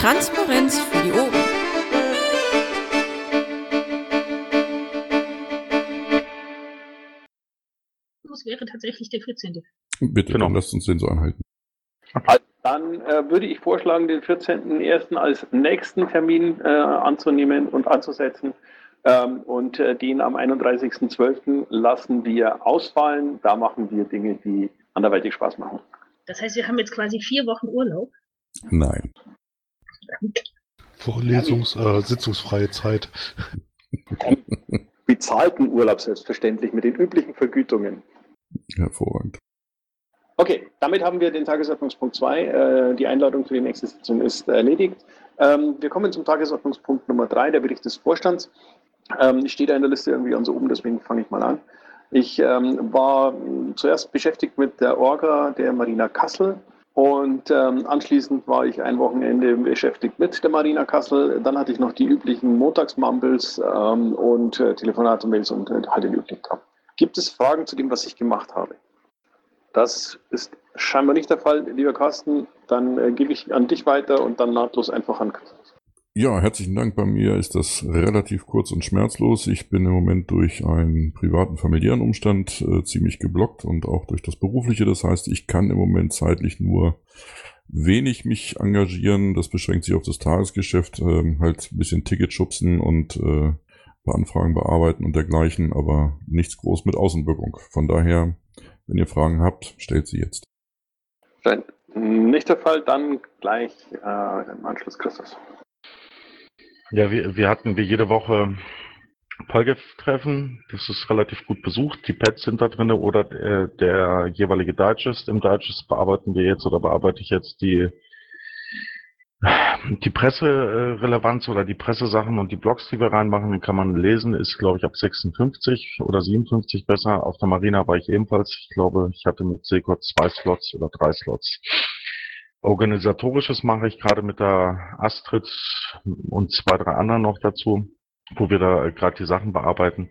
Transparenz für die Ohren. Das wäre tatsächlich der 14. Bitte, Genau. dann lasst uns den so anhalten. Dann würde ich vorschlagen, den 14.01. als nächsten Termin anzunehmen und anzusetzen. Und den am 31.12. lassen wir ausfallen. Da machen wir Dinge, die anderweitig Spaß machen. Das heißt, wir haben jetzt quasi 4 Wochen Urlaub. Nein. Sitzungsfreie Zeit. Bezahlten Urlaub selbstverständlich mit den üblichen Vergütungen. Hervorragend. Okay, damit haben wir den Tagesordnungspunkt 2. Die Einladung für die nächste Sitzung ist erledigt. Wir kommen zum Tagesordnungspunkt Nummer 3, der Bericht des Vorstands. Steht da in der Liste irgendwie ganz oben, deswegen fange ich mal an. Ich war zuerst beschäftigt mit der Orga der Marina Kassel und anschließend war ich ein Wochenende beschäftigt mit der Marina Kassel. Dann hatte ich noch die üblichen Montagsmumbles und Telefonate, Mails und halt den üblichen Kram. Gibt es Fragen zu dem, was ich gemacht habe? Das ist scheinbar nicht der Fall, lieber Carsten. Dann gebe ich an dich weiter und dann nahtlos einfach an Christoph. Ja, herzlichen Dank. Bei mir ist das relativ kurz und schmerzlos. Ich bin im Moment durch einen privaten familiären Umstand ziemlich geblockt und auch durch das berufliche. Das heißt, ich kann im Moment zeitlich nur wenig mich engagieren. Das beschränkt sich auf das Tagesgeschäft, halt ein bisschen Ticket schubsen und Anfragen bearbeiten und dergleichen, aber nichts groß mit Außenwirkung. Von daher, wenn ihr Fragen habt, stellt sie jetzt. Scheint nicht der Fall, dann gleich im Anschluss Christoph. Ja, wir hatten wie jede Woche Polgef-Treffen. Das ist relativ gut besucht. Die Pads sind da drin oder der jeweilige Digest. Im Digest bearbeite ich jetzt die Presserelevanz oder die Pressesachen und die Blogs, die wir reinmachen, den kann man lesen, ist, glaube ich, ab 56 oder 57 besser. Auf der Marina war ich ebenfalls. Ich glaube, ich hatte mit Seco 2 Slots oder 3 Slots. Organisatorisches mache ich gerade mit der Astrid und 2, 3 anderen noch dazu, wo wir da gerade die Sachen bearbeiten.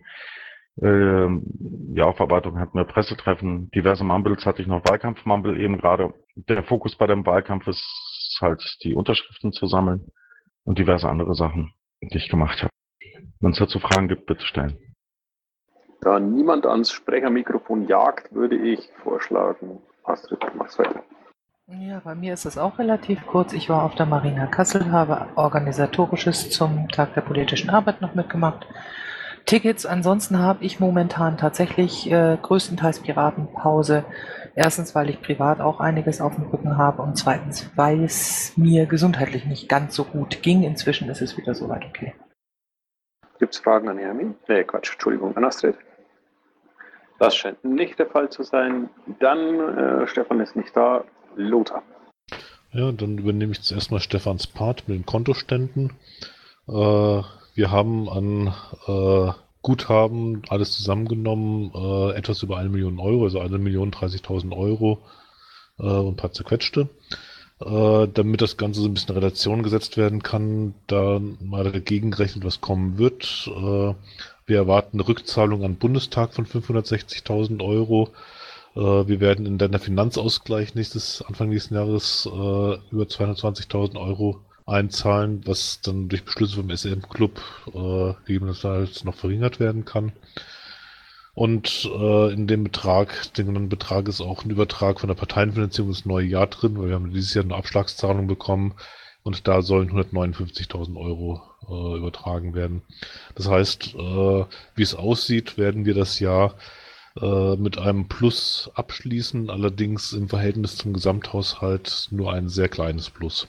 Die Aufarbeitung hatten wir Pressetreffen, diverse Mumbles hatte ich noch, Wahlkampf-Mumble eben gerade. Der Fokus bei dem Wahlkampf ist halt die Unterschriften zu sammeln und diverse andere Sachen, die ich gemacht habe. Wenn es dazu Fragen gibt, bitte stellen. Da niemand ans Sprechermikrofon jagt, würde ich vorschlagen, Astrid, mach's weiter. Ja, bei mir ist es auch relativ kurz. Ich war auf der Marina Kassel, habe Organisatorisches zum Tag der politischen Arbeit noch mitgemacht. Tickets, ansonsten habe ich momentan tatsächlich größtenteils Piratenpause. Erstens, weil ich privat auch einiges auf dem Rücken habe und zweitens, weil es mir gesundheitlich nicht ganz so gut ging. Inzwischen ist es wieder soweit okay. Gibt es Fragen an Hermin? Entschuldigung, an Astrid. Das scheint nicht der Fall zu sein. Dann, Stefan ist nicht da. Lothar. Ja, dann übernehme ich zuerst mal Stefans Part mit den Kontoständen. Wir haben an Guthaben, alles zusammengenommen, etwas über 1 Million Euro, also 1.030.000 Euro und ein paar zerquetschte. Damit das Ganze so ein bisschen in Relation gesetzt werden kann, da mal dagegen gerechnet, was kommen wird. Wir erwarten eine Rückzahlung an den Bundestag von 560.000 Euro. Wir werden in der Finanzausgleich Anfang nächsten Jahres über 220.000 Euro einzahlen, was dann durch Beschlüsse vom SM-Club gegebenenfalls noch verringert werden kann. Und in dem Betrag ist auch ein Übertrag von der Parteienfinanzierung ins neue Jahr drin, weil wir haben dieses Jahr eine Abschlagszahlung bekommen und da sollen 159.000 Euro übertragen werden. Das heißt, wie es aussieht, werden wir das Jahr mit einem Plus abschließen, allerdings im Verhältnis zum Gesamthaushalt nur ein sehr kleines Plus.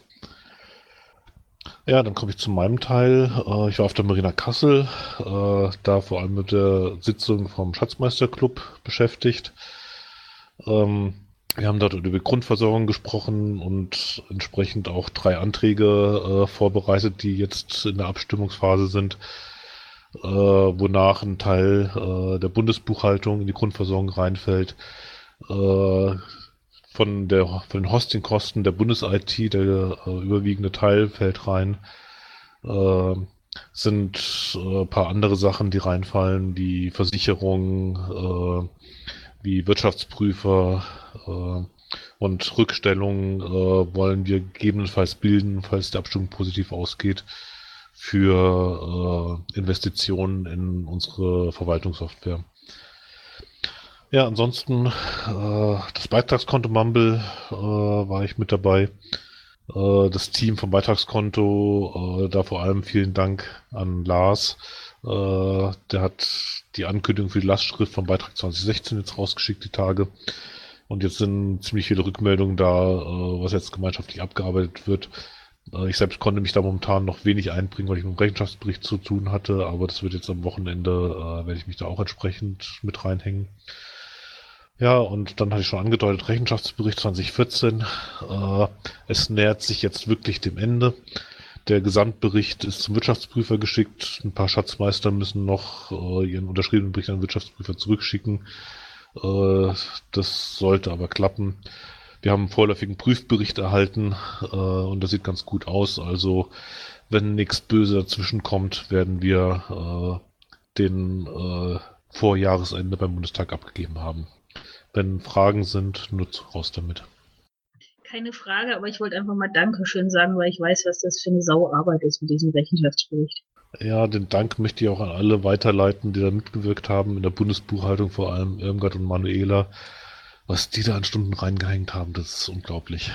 Ja, dann komme ich zu meinem Teil. Ich war auf der Marina Kassel, da vor allem mit der Sitzung vom Schatzmeisterclub beschäftigt. Wir haben dort über Grundversorgung gesprochen und entsprechend auch 3 Anträge vorbereitet, die jetzt in der Abstimmungsphase sind, wonach ein Teil der Bundesbuchhaltung in die Grundversorgung reinfällt. Von den Hostingkosten der Bundes-IT, der überwiegende Teil fällt rein. Sind ein paar andere Sachen, die reinfallen, wie Versicherung, wie Wirtschaftsprüfer, Und Rückstellungen wollen wir gegebenenfalls bilden, falls die Abstimmung positiv ausgeht, für Investitionen in unsere Verwaltungssoftware. Ja, ansonsten das Beitragskonto Mumble war ich mit dabei. Das Team vom Beitragskonto, da vor allem vielen Dank an Lars. Der hat die Ankündigung für die Lastschrift vom Beitrag 2016 jetzt rausgeschickt, die Tage. Und jetzt sind ziemlich viele Rückmeldungen da, was jetzt gemeinschaftlich abgearbeitet wird. Ich selbst konnte mich da momentan noch wenig einbringen, weil ich mit dem Rechenschaftsbericht zu tun hatte, aber das wird jetzt am Wochenende, werde ich mich da auch entsprechend mit reinhängen. Ja, und dann hatte ich schon angedeutet, Rechenschaftsbericht 2014. Es nähert sich jetzt wirklich dem Ende. Der Gesamtbericht ist zum Wirtschaftsprüfer geschickt. Ein paar Schatzmeister müssen noch ihren unterschriebenen Bericht an den Wirtschaftsprüfer zurückschicken. Das sollte aber klappen. Wir haben einen vorläufigen Prüfbericht erhalten und das sieht ganz gut aus. Also wenn nichts Böse dazwischen kommt, werden wir den vor Jahresende beim Bundestag abgegeben haben. Wenn Fragen sind, nur raus damit. Keine Frage, aber ich wollte einfach mal Dankeschön sagen, weil ich weiß, was das für eine Sauarbeit ist mit diesem Rechenschaftsbericht. Ja, den Dank möchte ich auch an alle weiterleiten, die da mitgewirkt haben, in der Bundesbuchhaltung, vor allem Irmgard und Manuela. Was die da an Stunden reingehängt haben, das ist unglaublich.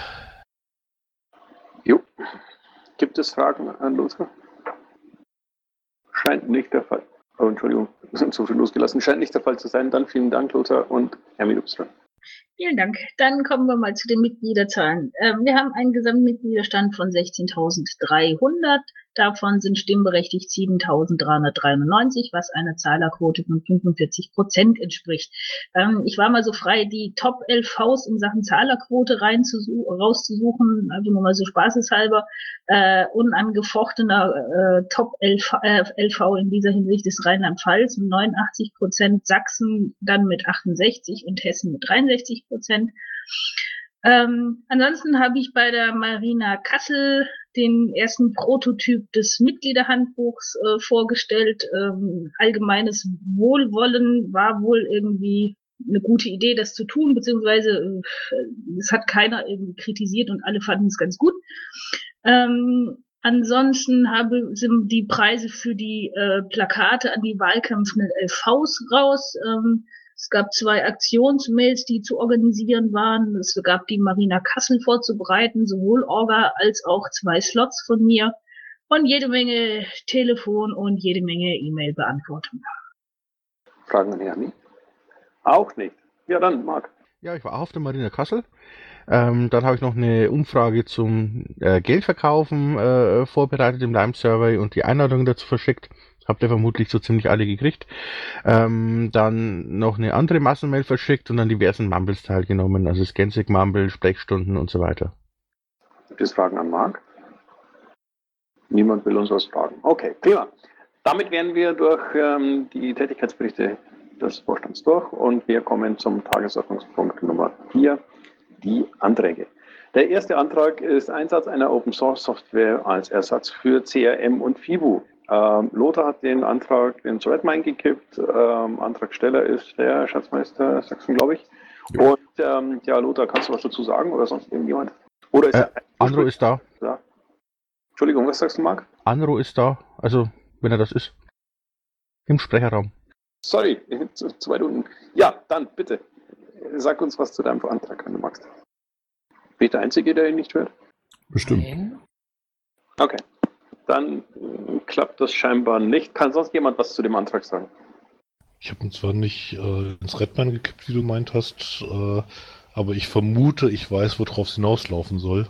Jo. Gibt es Fragen an Lothar? Scheint nicht der Fall. Oh, Entschuldigung, wir sind so viel losgelassen. Scheint nicht der Fall zu sein. Dann vielen Dank, Lothar und Hermi Y. Vielen Dank. Dann kommen wir mal zu den Mitgliederzahlen. Wir haben einen Gesamtmitgliederstand von 16.300. Davon sind stimmberechtigt 7.393, was einer Zahlerquote von 45% entspricht. Ich war mal so frei, die Top-LVs in Sachen Zahlerquote rauszusuchen, also nur mal so spaßeshalber. Unangefochtener Top-LV in dieser Hinsicht ist Rheinland-Pfalz mit 89%, Sachsen dann mit 68% und Hessen mit 63%. Ansonsten habe ich bei der Marina Kassel den ersten Prototyp des Mitgliederhandbuchs vorgestellt. Allgemeines Wohlwollen war wohl irgendwie eine gute Idee, das zu tun, beziehungsweise es hat keiner irgendwie kritisiert und alle fanden es ganz gut. Ansonsten sind die Preise für die Plakate an die wahlkämpfenden LVs raus. Es gab 2 Aktionsmails, die zu organisieren waren. Es gab die Marina Kassel vorzubereiten, sowohl Orga als auch 2 Slots von mir und jede Menge Telefon und jede Menge E-Mail-Beantwortung. Fragen an Hermi? Auch nicht. Ja, dann, Marc. Ja, ich war auch auf der Marina Kassel. Dann habe ich noch eine Umfrage zum Geldverkaufen vorbereitet im Lime-Survey und die Einladung dazu verschickt. Habt ihr vermutlich so ziemlich alle gekriegt. Dann noch eine andere Massenmail verschickt und an diversen Mumbles teilgenommen, also Scansig-Mumble, Sprechstunden und so weiter. Gibt es Fragen an Marc? Niemand will uns was fragen. Okay, prima. Damit wären wir durch die Tätigkeitsberichte des Vorstands durch und wir kommen zum Tagesordnungspunkt Nummer 4, die Anträge. Der erste Antrag ist Einsatz einer Open-Source-Software als Ersatz für CRM und FIBU. Lothar hat den Antrag ins Redmine gekippt. Antragsteller ist der Schatzmeister Sachsen, glaube ich. Ja. Und ja, Lothar, kannst du was dazu sagen oder sonst irgendjemand? Oder ist Andro ist da. Ja. Entschuldigung, was sagst du, Marc? Andro ist da, also wenn er das ist. Im Sprecherraum. Sorry, 2 Minuten. Ja, dann bitte. Sag uns was zu deinem Antrag, wenn du magst. Bin ich der Einzige, der ihn nicht hört? Bestimmt. Nein. Okay. Dann klappt das scheinbar nicht. Kann sonst jemand was zu dem Antrag sagen? Ich habe ihn zwar nicht ins Redman gekippt, wie du meint hast, aber ich vermute, ich weiß, worauf es hinauslaufen soll.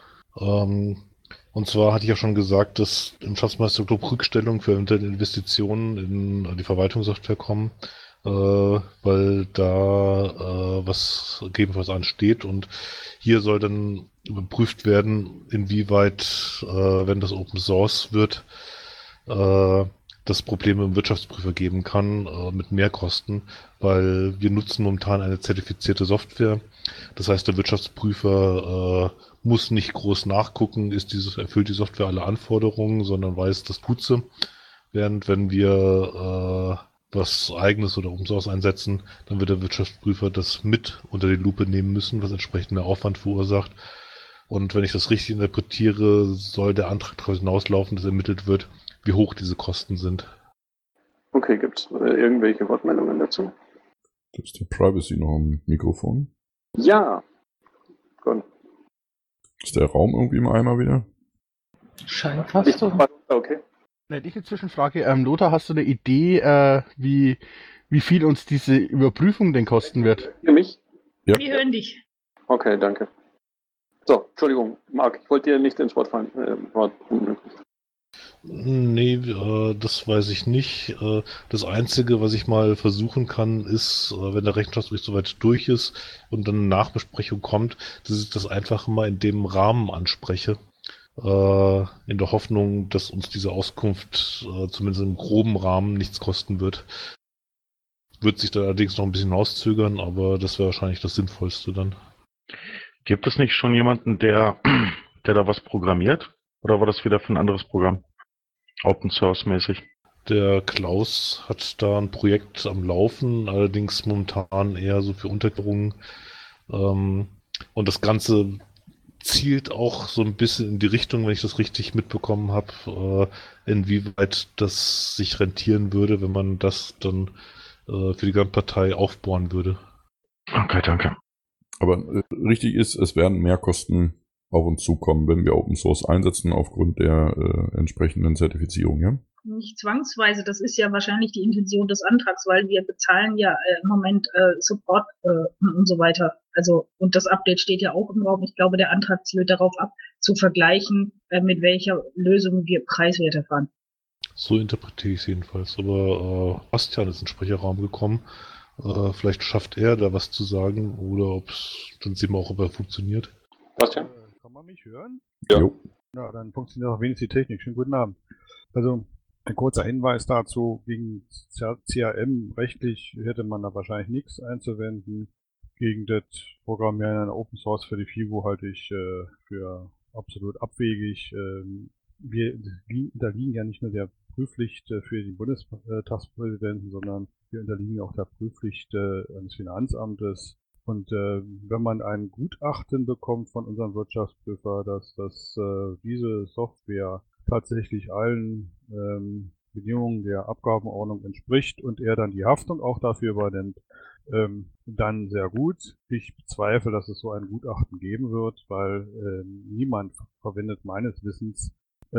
Und zwar hatte ich ja schon gesagt, dass im Schatzmeisterclub Rückstellungen für eventuelle Investitionen in die Verwaltungssoftware kommen, weil da was gegebenenfalls ansteht und hier soll dann überprüft werden, inwieweit, wenn das Open Source wird, das Probleme im Wirtschaftsprüfer geben kann mit Mehrkosten, weil wir nutzen momentan eine zertifizierte Software. Das heißt, der Wirtschaftsprüfer muss nicht groß nachgucken, erfüllt die Software alle Anforderungen, sondern weiß, das tut sie. Während wenn wir was Eigenes oder Open Source einsetzen, dann wird der Wirtschaftsprüfer das mit unter die Lupe nehmen müssen, was entsprechend mehr Aufwand verursacht. Und wenn ich das richtig interpretiere, soll der Antrag daraus hinauslaufen, dass ermittelt wird, wie hoch diese Kosten sind. Okay, gibt es irgendwelche Wortmeldungen dazu? Das ist der Privacy noch am Mikrofon. Ja. Gut. Ist der Raum irgendwie im Eimer wieder? Scheint fast so. Okay. Hätte ich eine Zwischenfrage. Lothar, hast du eine Idee, wie viel uns diese Überprüfung denn kosten wird? Für mich? Ja. Wir hören dich. Okay, danke. So, Entschuldigung, Marc, ich wollte dir nicht ins Wort fallen. Nee, das weiß ich nicht. Das Einzige, was ich mal versuchen kann, ist, wenn der Rechenschaftsbericht soweit durch ist und dann eine Nachbesprechung kommt, dass ich das einfach mal in dem Rahmen anspreche. In der Hoffnung, dass uns diese Auskunft zumindest im groben Rahmen nichts kosten wird. Wird sich da allerdings noch ein bisschen auszögern, aber das wäre wahrscheinlich das Sinnvollste dann. Gibt es nicht schon jemanden, der da was programmiert? Oder war das wieder für ein anderes Programm? Open Source mäßig. Der Klaus hat da ein Projekt am Laufen, allerdings momentan eher so für Untergliederungen. Und das Ganze zielt auch so ein bisschen in die Richtung, wenn ich das richtig mitbekommen habe, inwieweit das sich rentieren würde, wenn man das dann für die Gesamtpartei aufbohren würde. Okay, danke. Aber richtig ist, es werden Mehrkosten auf uns zukommen, wenn wir Open Source einsetzen aufgrund der entsprechenden Zertifizierung, ja? Nicht zwangsweise, das ist ja wahrscheinlich die Intention des Antrags, weil wir bezahlen ja im Moment Support und so weiter. Also, und das Update steht ja auch im Raum. Ich glaube, der Antrag zielt darauf ab, zu vergleichen, mit welcher Lösung wir preiswerter fahren. So interpretiere ich es jedenfalls. Aber Bastian ist in den Sprecherraum gekommen. Vielleicht schafft er da was zu sagen oder dann sehen wir auch, ob er funktioniert. Bastian? Kann man mich hören? Ja. Jo. Ja, dann funktioniert auch wenigstens die Technik. Schönen guten Abend. Also ein kurzer Hinweis dazu, gegen CRM rechtlich hätte man da wahrscheinlich nichts einzuwenden. Gegen das Programmieren einer Open Source für die FIBO halte ich für absolut abwegig. Wir unterliegen ja nicht nur der Prüfpflicht für den Bundestagspräsidenten, sondern wir unterliegen auch der Prüfpflicht eines Finanzamtes. Und wenn man ein Gutachten bekommt von unserem Wirtschaftsprüfer, dass diese Software tatsächlich allen Bedingungen der Abgabenordnung entspricht und er dann die Haftung auch dafür übernimmt, dann sehr gut. Ich bezweifle, dass es so ein Gutachten geben wird, weil niemand verwendet meines Wissens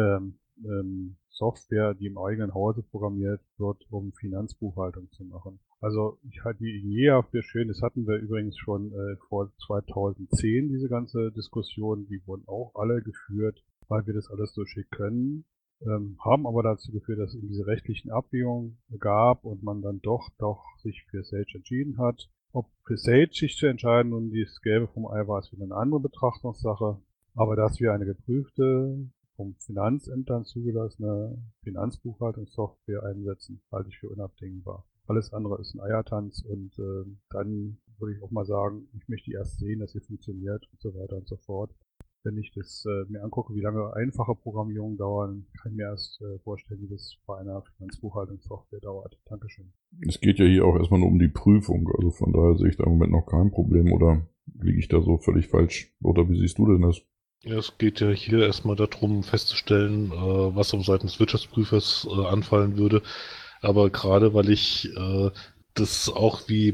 Software, die im eigenen Hause programmiert wird, um Finanzbuchhaltung zu machen. Also ich halte die INEA für schön. Das hatten wir übrigens schon vor 2010, diese ganze Diskussion. Die wurden auch alle geführt, weil wir das alles so schick können. Haben aber dazu geführt, dass es eben diese rechtlichen Abwägungen gab und man dann doch sich für Sage entschieden hat. Ob für Sage sich zu entscheiden und das Gelbe vom Ei war, ist wieder eine andere Betrachtungssache. Aber dass wir eine geprüfte, vom Finanzämtern zugelassene Finanzbuchhaltungssoftware einsetzen, halte ich für unabdingbar. Alles andere ist ein Eiertanz und dann würde ich auch mal sagen, ich möchte erst sehen, dass sie funktioniert und so weiter und so fort. Wenn ich das mir angucke, wie lange einfache Programmierungen dauern, kann ich mir erst vorstellen, wie das bei einer Finanzbuchhaltungssoftware dauert. Dankeschön. Es geht ja hier auch erstmal nur um die Prüfung, also von daher sehe ich da im Moment noch kein Problem, oder liege ich da so völlig falsch? Oder wie siehst du denn das? Ja, es geht ja hier erstmal darum, festzustellen, was auf Seiten des Wirtschaftsprüfers anfallen würde. Aber gerade weil ich das auch wie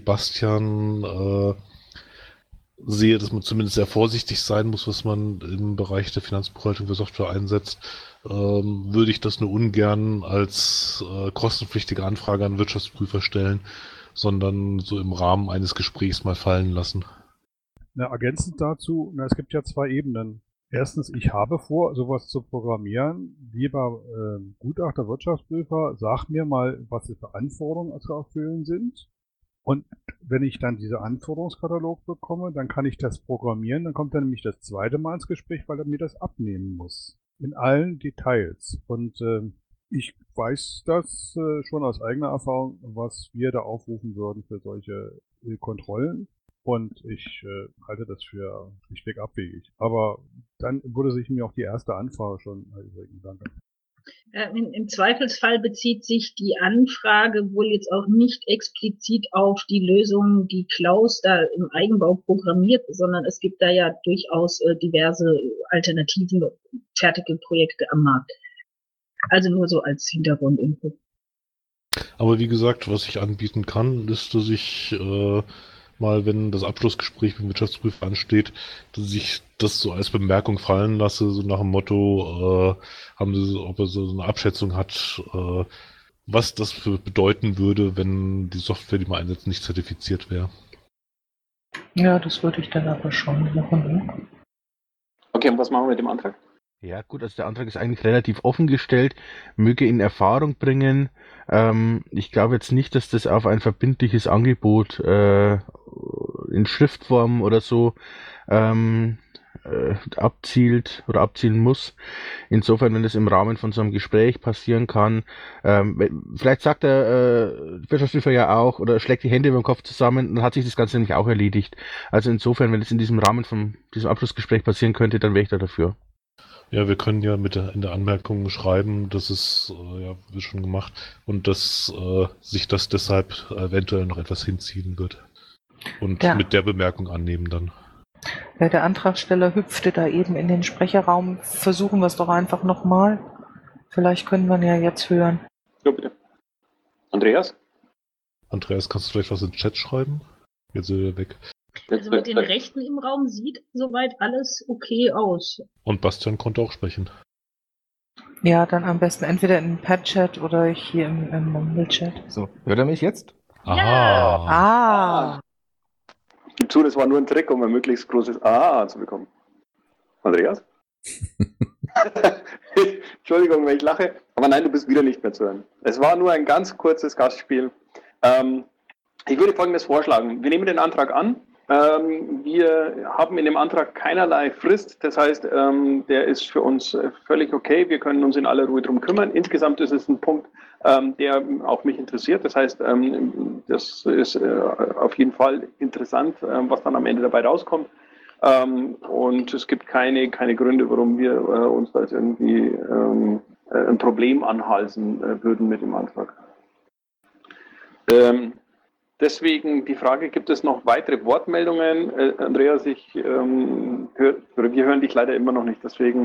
Bastian sehe, dass man zumindest sehr vorsichtig sein muss, was man im Bereich der Finanzbuchhaltung für Software einsetzt, würde ich das nur ungern als kostenpflichtige Anfrage an den Wirtschaftsprüfer stellen, sondern so im Rahmen eines Gesprächs mal fallen lassen. Na, ergänzend dazu, es gibt ja zwei Ebenen. Erstens, ich habe vor, sowas zu programmieren. Lieber Gutachter, Wirtschaftsprüfer, sag mir mal, was die für Anforderungen zu erfüllen sind. Und wenn ich dann diesen Anforderungskatalog bekomme, dann kann ich das programmieren. Dann kommt er nämlich das zweite Mal ins Gespräch, weil er mir das abnehmen muss. In allen Details. Und ich weiß das schon aus eigener Erfahrung, was wir da aufrufen würden für solche Kontrollen. Und ich halte das für schlichtweg abwegig. Aber dann würde sich mir auch die erste Anfrage schon erübrigen. Danke. Im Zweifelsfall bezieht sich die Anfrage wohl jetzt auch nicht explizit auf die Lösung, die Klaus da im Eigenbau programmiert, sondern es gibt da ja durchaus diverse alternative, fertige Projekte am Markt. Also nur so als Hintergrundinfo. Aber wie gesagt, was ich anbieten kann, ist, dass ich mal, wenn das Abschlussgespräch mit dem Wirtschaftsprüfer ansteht, dass ich das so als Bemerkung fallen lasse, so nach dem Motto, haben Sie, ob er so eine Abschätzung hat, was das für bedeuten würde, wenn die Software, die man einsetzt, nicht zertifiziert wäre. Ja, das würde ich dann aber schon machen. Ne? Okay, und was machen wir mit dem Antrag? Ja, gut, also der Antrag ist eigentlich relativ offen gestellt, möge in Erfahrung bringen. Ich glaube jetzt nicht, dass das auf ein verbindliches Angebot in Schriftform oder so abzielt oder abzielen muss. Insofern, wenn das im Rahmen von so einem Gespräch passieren kann, vielleicht sagt der Wirtschaftsprüfer ja auch oder schlägt die Hände über den Kopf zusammen, dann hat sich das Ganze nämlich auch erledigt. Also insofern, wenn es in diesem Rahmen von diesem Abschlussgespräch passieren könnte, dann wäre ich da dafür. Ja, wir können ja in der Anmerkung schreiben, dass es, ja, wird schon gemacht, und dass sich das deshalb eventuell noch etwas hinziehen wird. Und Ja. mit der Bemerkung annehmen dann. Ja, der Antragsteller hüpfte da eben in den Sprecherraum. Versuchen wir es doch einfach nochmal. Vielleicht können wir ihn ja jetzt hören. Ja, bitte. Andreas? Andreas, kannst du vielleicht was in den Chat schreiben? Jetzt ist er weg. Also mit den Rechten im Raum sieht soweit alles okay aus. Und Bastian konnte auch sprechen. Ja, dann am besten entweder im Pad-Chat oder hier im Mumble-Chat. So, hört er mich jetzt? Aha. Ah, Ich gebe zu, das war nur ein Trick, um ein möglichst großes A zu bekommen. Andreas? Entschuldigung, wenn ich lache, aber nein, du bist wieder nicht mehr zu hören. Es war nur ein ganz kurzes Gastspiel. Ich würde Folgendes vorschlagen. Wir nehmen den Antrag an. Wir haben in dem Antrag keinerlei Frist. Das heißt, der ist für uns völlig okay. Wir können uns in aller Ruhe drum kümmern. Insgesamt ist es ein Punkt, der auch mich interessiert. Das heißt, das ist auf jeden Fall interessant, was dann am Ende dabei rauskommt. Und es gibt keine Gründe, warum wir uns da jetzt irgendwie ein Problem anhalsen würden mit dem Antrag. Deswegen die Frage, gibt es noch weitere Wortmeldungen? Andreas, wir hören dich leider immer noch nicht, deswegen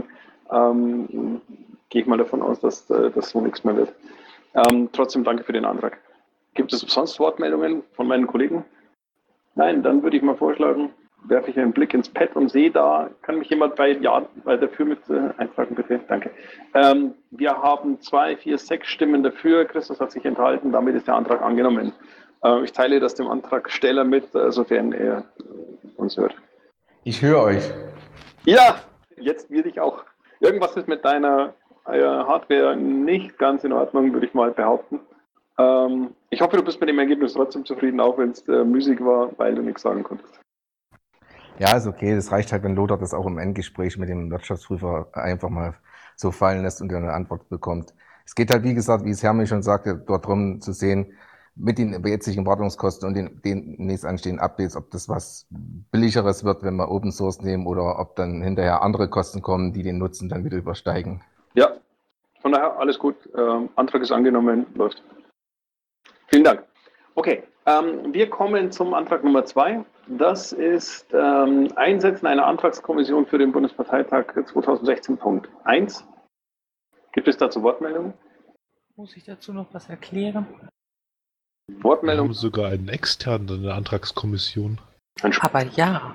gehe ich mal davon aus, dass das so nichts mehr wird. Trotzdem danke für den Antrag. Gibt es sonst Wortmeldungen von meinen Kollegen? Nein, dann würde ich mal vorschlagen, werfe ich einen Blick ins Pad und sehe da, kann mich jemand bei dafür mit eintragen, bitte? Danke. Wir haben 2, 4, 6 Stimmen dafür. Christus hat sich enthalten, damit ist der Antrag angenommen. Ich teile das dem Antragsteller mit, sofern er uns hört. Ich höre euch. Ja, jetzt will ich auch. Irgendwas ist mit deiner Hardware nicht ganz in Ordnung, würde ich mal behaupten. Ich hoffe, du bist mit dem Ergebnis trotzdem zufrieden, auch wenn es müßig war, weil du nichts sagen konntest. Ja, ist okay. Das reicht halt, wenn Lothar das auch im Endgespräch mit dem Wirtschaftsprüfer einfach mal so fallen lässt und dann eine Antwort bekommt. Es geht halt, wie gesagt, wie es Hermi schon sagte, dort drum zu sehen, mit den jetzigen Wartungskosten und den nächst anstehenden Updates, ob das was Billigeres wird, wenn wir Open Source nehmen, oder ob dann hinterher andere Kosten kommen, die den Nutzen dann wieder übersteigen. Ja, von daher alles gut. Antrag ist angenommen, läuft. Vielen Dank. Okay, wir kommen zum Antrag Nummer 2. Das ist Einsetzen einer Antragskommission für den Bundesparteitag 2016.1. Gibt es dazu Wortmeldungen? muss ich dazu noch was erklären? Wir Wortmeldung? haben sogar einen externen in der Antragskommission. Aber ja.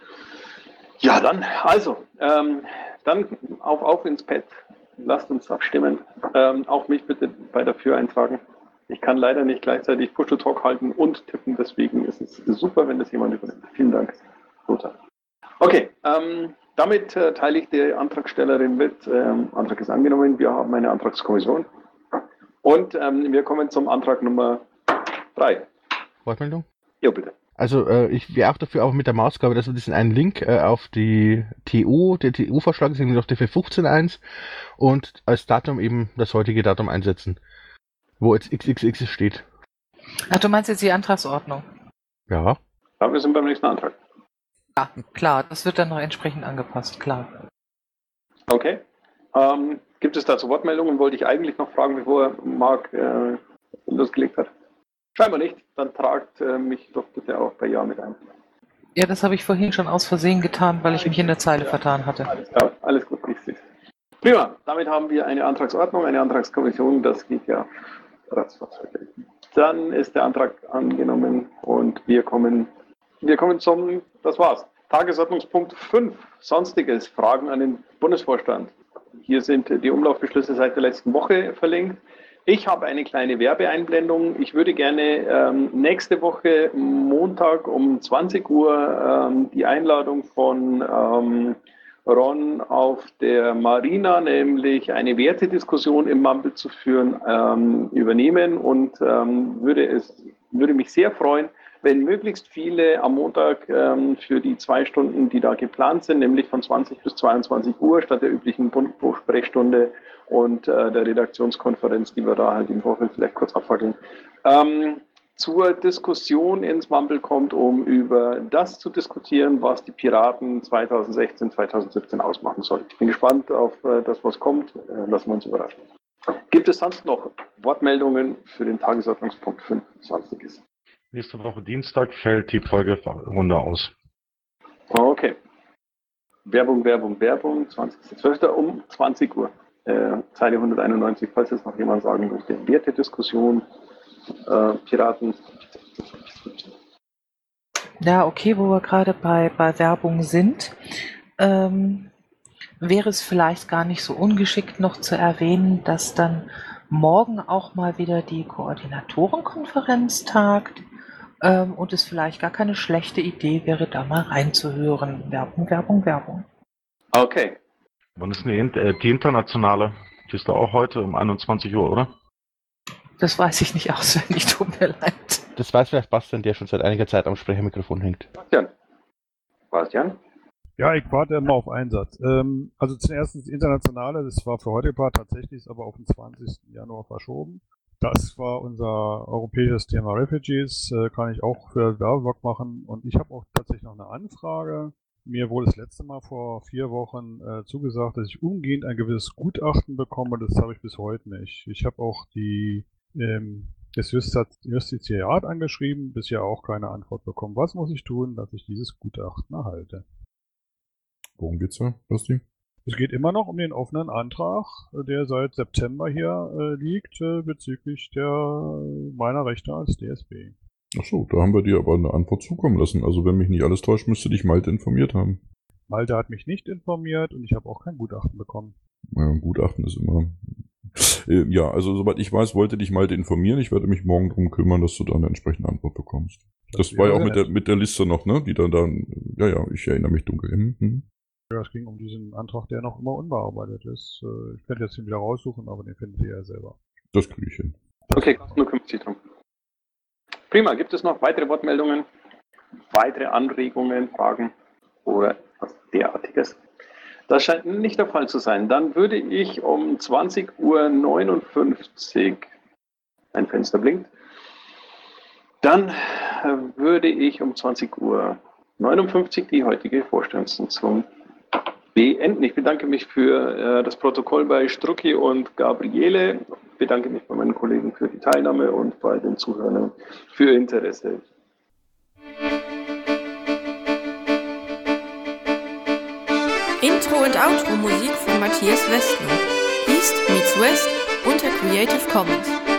Ja, dann, also, dann auf ins Pad. Lasst uns abstimmen. Auch mich bitte bei dafür eintragen. Ich kann leider nicht gleichzeitig Push-to-Talk halten und tippen, deswegen ist es super, wenn das jemand übernimmt. Vielen Dank, Lothar. Okay, damit teile ich der Antragstellerin mit. Antrag ist angenommen. Wir haben eine Antragskommission. Und wir kommen zum Antrag Nummer 3. Wortmeldung? Ja, bitte. Also ich wäre auch dafür, auch mit der Maßgabe, dass wir diesen einen Link auf die TU, der TU-Vorschlag ist nämlich noch der für 15.1 und als Datum eben das heutige Datum einsetzen, wo jetzt XXX steht. Ach, du meinst jetzt die Antragsordnung? Ja. Ja, wir sind beim nächsten Antrag. Ja, klar, das wird dann noch entsprechend angepasst, klar. Okay. Gibt es dazu Wortmeldungen? Wollte ich eigentlich noch fragen, bevor Marc losgelegt hat. Scheinbar nicht. Dann tragt mich doch bitte auch bei Ja mit ein. Ja, das habe ich vorhin schon aus Versehen getan, weil ich mich in der Zeile vertan hatte. Alles klar, alles gut, ich sehe es. Prima, damit haben wir eine Antragsordnung, eine Antragskommission, das geht ja ratzfatz. Dann ist der Antrag angenommen und wir kommen zum, das war's. Tagesordnungspunkt 5, Sonstiges, Fragen an den Bundesvorstand. Hier sind die Umlaufbeschlüsse seit der letzten Woche verlinkt. Ich habe eine kleine Werbeeinblendung. Ich würde gerne nächste Woche Montag um 20 Uhr die Einladung von Ron auf der Marina, nämlich eine Wertediskussion im Mumble zu führen, übernehmen und würde mich sehr freuen, wenn möglichst viele am Montag für die 2 Stunden, die da geplant sind, nämlich von 20 bis 22 Uhr statt der üblichen Sprechstunde und der Redaktionskonferenz, die wir da halt im Vorfeld vielleicht kurz abfackeln, zur Diskussion ins Mumble kommt, um über das zu diskutieren, was die Piraten 2016, 2017 ausmachen soll. Ich bin gespannt auf das, was kommt. Lassen wir uns überraschen. Gibt es sonst noch Wortmeldungen für den Tagesordnungspunkt 5? Sonstiges. Nächste Woche Dienstag fällt die Folgerunde aus. Okay. Werbung, 20.12. um 20 Uhr. Zeile 191, falls es noch jemand sagen möchte. Wertediskussion, Piraten. Ja, okay, wo wir gerade bei Werbung sind, wäre es vielleicht gar nicht so ungeschickt noch zu erwähnen, dass dann morgen auch mal wieder die Koordinatorenkonferenz tagt und es vielleicht gar keine schlechte Idee wäre, da mal reinzuhören. Werbung. Okay. Wann ist denn die internationale? Die ist da auch heute um 21 Uhr, oder? Das weiß ich nicht auswendig, tut mir leid. Das weiß vielleicht Bastian, der schon seit einiger Zeit am Sprechermikrofon hängt. Bastian? Ja, ich warte immer auf Einsatz. Also zuerst das Internationale, das war für heute geplant, tatsächlich ist aber auf den 20. Januar verschoben. Das war unser europäisches Thema Refugees, kann ich auch für Werbeblock machen. Und ich habe auch tatsächlich noch eine Anfrage. Mir wurde das letzte Mal vor 4 Wochen zugesagt, dass ich umgehend ein gewisses Gutachten bekomme. Das habe ich bis heute nicht. Ich habe auch das Justiziat angeschrieben, bisher auch keine Antwort bekommen. Was muss ich tun, dass ich dieses Gutachten erhalte? Worum geht's da, Basti? Es geht immer noch um den offenen Antrag, der seit September hier liegt, bezüglich meiner Rechte als DSB. Ach so, da haben wir dir aber eine Antwort zukommen lassen. Also wenn mich nicht alles täuscht, müsste dich Malte informiert haben. Malte hat mich nicht informiert und ich habe auch kein Gutachten bekommen. Ja, ein Gutachten ist immer... ja, also soweit ich weiß, wollte dich Malte informieren. Ich werde mich morgen darum kümmern, dass du da eine entsprechende Antwort bekommst. Das war ja auch mit der Liste noch, ne? Die dann... Ja, ich erinnere mich dunkel. Ja, es ging um diesen Antrag, der noch immer unbearbeitet ist. Ich könnte jetzt ihn wieder raussuchen, aber den findet ihr ja selber. Das kriege ich hin. Okay, nur kümmert sich drum. Prima, gibt es noch weitere Wortmeldungen, weitere Anregungen, Fragen oder was derartiges? Das scheint nicht der Fall zu sein. Dann würde ich um 20:59 Uhr, ein Fenster blinkt, dann würde ich um 20:59 Uhr die heutige Vorstandssitzung beenden. Ich bedanke mich für das Protokoll bei Strucki und Gabriele. Ich bedanke mich bei meinen Kollegen für die Teilnahme und bei den Zuhörern für ihr Interesse. Intro und Outro Musik von Matthias Westner. East meets West unter Creative Commons.